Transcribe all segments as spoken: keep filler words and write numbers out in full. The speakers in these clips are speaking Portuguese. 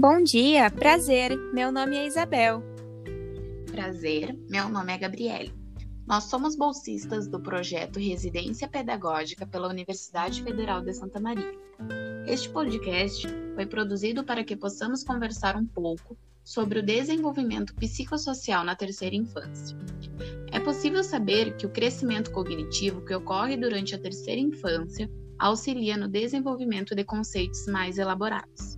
Bom dia, prazer, meu nome é Isabel. Prazer, meu nome é Gabriele. Nós somos bolsistas do projeto Residência Pedagógica pela Universidade Federal de Santa Maria. Este podcast foi produzido para que possamos conversar um pouco sobre o desenvolvimento psicossocial na terceira infância. É possível saber que o crescimento cognitivo que ocorre durante a terceira infância auxilia no desenvolvimento de conceitos mais elaborados.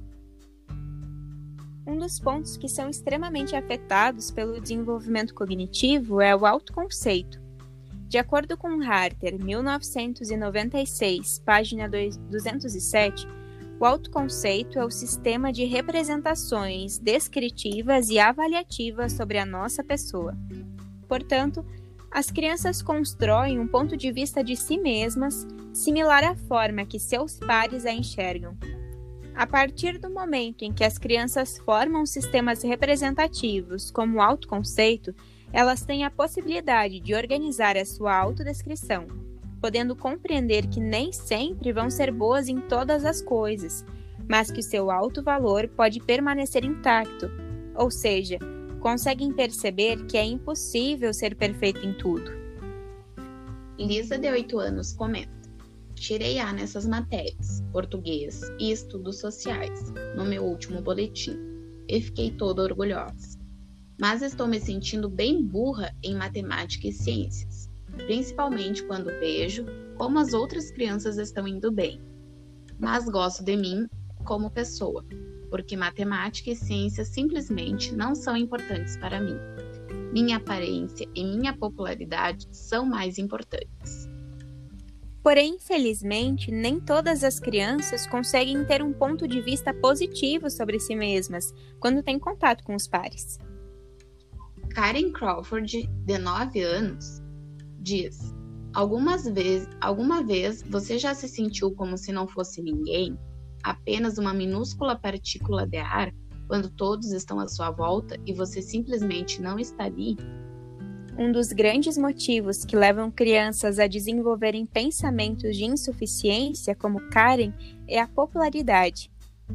Um dos pontos que são extremamente afetados pelo desenvolvimento cognitivo é o autoconceito. De acordo com Harter, mil novecentos e noventa e seis, página duzentos e sete, o autoconceito é o sistema de representações descritivas e avaliativas sobre a nossa pessoa. Portanto, as crianças constroem um ponto de vista de si mesmas similar à forma que seus pares a enxergam. A partir do momento em que as crianças formam sistemas representativos como o autoconceito, elas têm a possibilidade de organizar a sua autodescrição, podendo compreender que nem sempre vão ser boas em todas as coisas, mas que o seu autovalor pode permanecer intacto, ou seja, conseguem perceber que é impossível ser perfeito em tudo. Lisa, de oito anos, comenta: tirei A nessas matérias, português e estudos sociais, no meu último boletim, e fiquei toda orgulhosa. Mas estou me sentindo bem burra em matemática e ciências, principalmente quando vejo como as outras crianças estão indo bem. Mas gosto de mim como pessoa, porque matemática e ciências simplesmente não são importantes para mim. Minha aparência e minha popularidade são mais importantes. Porém, infelizmente, nem todas as crianças conseguem ter um ponto de vista positivo sobre si mesmas quando têm contato com os pares. Karen Crawford, de nove anos, diz: Algumas vezes, alguma vez você já se sentiu como se não fosse ninguém, apenas uma minúscula partícula de ar, quando todos estão à sua volta e você simplesmente não está ali? Um dos grandes motivos que levam crianças a desenvolverem pensamentos de insuficiência, como Karen, é a popularidade.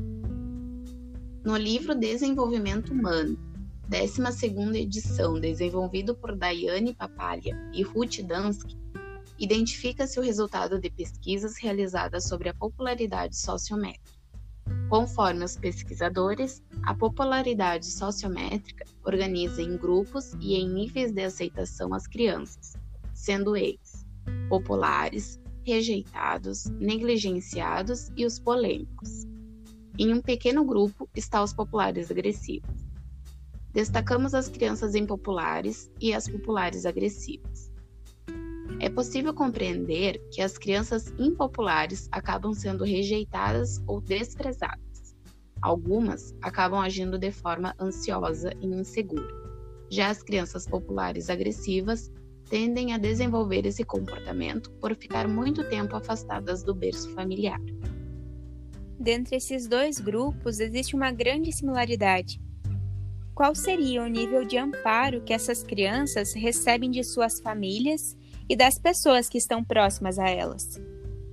No livro Desenvolvimento Humano, décima segunda edição, desenvolvido por Daiane Papalia e Ruth Dansky, identifica-se o resultado de pesquisas realizadas sobre a popularidade sociométrica. Conforme os pesquisadores, a popularidade sociométrica organiza em grupos e em níveis de aceitação as crianças, sendo eles populares, rejeitados, negligenciados e os polêmicos. Em um pequeno grupo está os populares agressivos. Destacamos as crianças impopulares e as populares agressivas. É possível compreender que as crianças impopulares acabam sendo rejeitadas ou desprezadas. Algumas acabam agindo de forma ansiosa e insegura. Já as crianças populares agressivas tendem a desenvolver esse comportamento por ficar muito tempo afastadas do berço familiar. Dentre esses dois grupos existe uma grande similaridade. Qual seria o nível de amparo que essas crianças recebem de suas famílias e das pessoas que estão próximas a elas?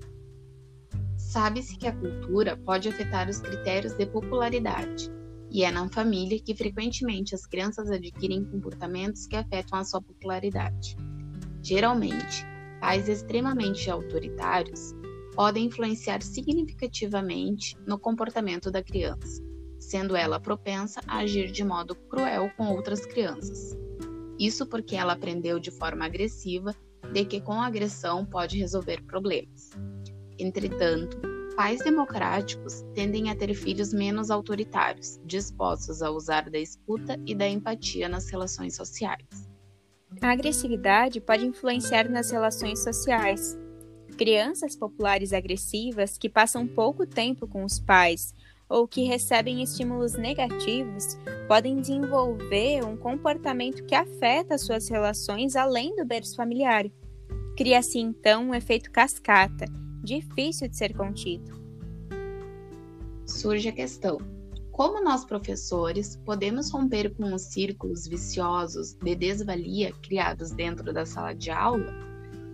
Sabe-se que a cultura pode afetar os critérios de popularidade, e é na família que frequentemente as crianças adquirem comportamentos que afetam a sua popularidade. Geralmente, pais extremamente autoritários podem influenciar significativamente no comportamento da criança, sendo ela propensa a agir de modo cruel com outras crianças. Isso porque ela aprendeu de forma agressiva de que com a agressão pode resolver problemas. Entretanto, pais democráticos tendem a ter filhos menos autoritários, dispostos a usar da escuta e da empatia nas relações sociais. A agressividade pode influenciar nas relações sociais. Crianças populares agressivas que passam pouco tempo com os pais ou que recebem estímulos negativos podem desenvolver um comportamento que afeta suas relações além do berço familiar. Cria-se então um efeito cascata, difícil de ser contido. Surge a questão: como nós, professores, podemos romper com os círculos viciosos de desvalia criados dentro da sala de aula?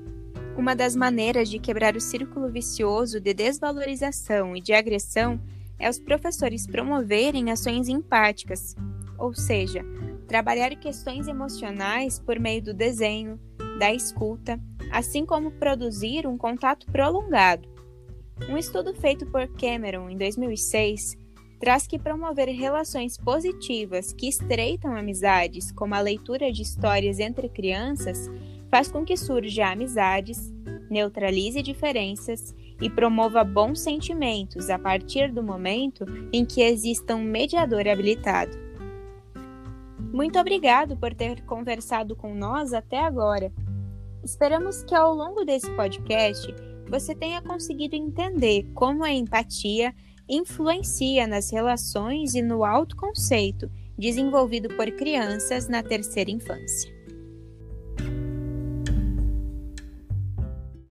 Uma das maneiras de quebrar o círculo vicioso de desvalorização e de agressão é os professores promoverem ações empáticas, ou seja, trabalhar questões emocionais por meio do desenho, da escuta, assim como produzir um contato prolongado. Um estudo feito por Cameron em dois mil e seis traz que promover relações positivas que estreitam amizades, como a leitura de histórias entre crianças, faz com que surja amizades, neutralize diferenças e promova bons sentimentos a partir do momento em que exista um mediador habilitado. Muito obrigado por ter conversado com nós até agora. Esperamos que ao longo desse podcast você tenha conseguido entender como a empatia influencia nas relações e no autoconceito desenvolvido por crianças na terceira infância.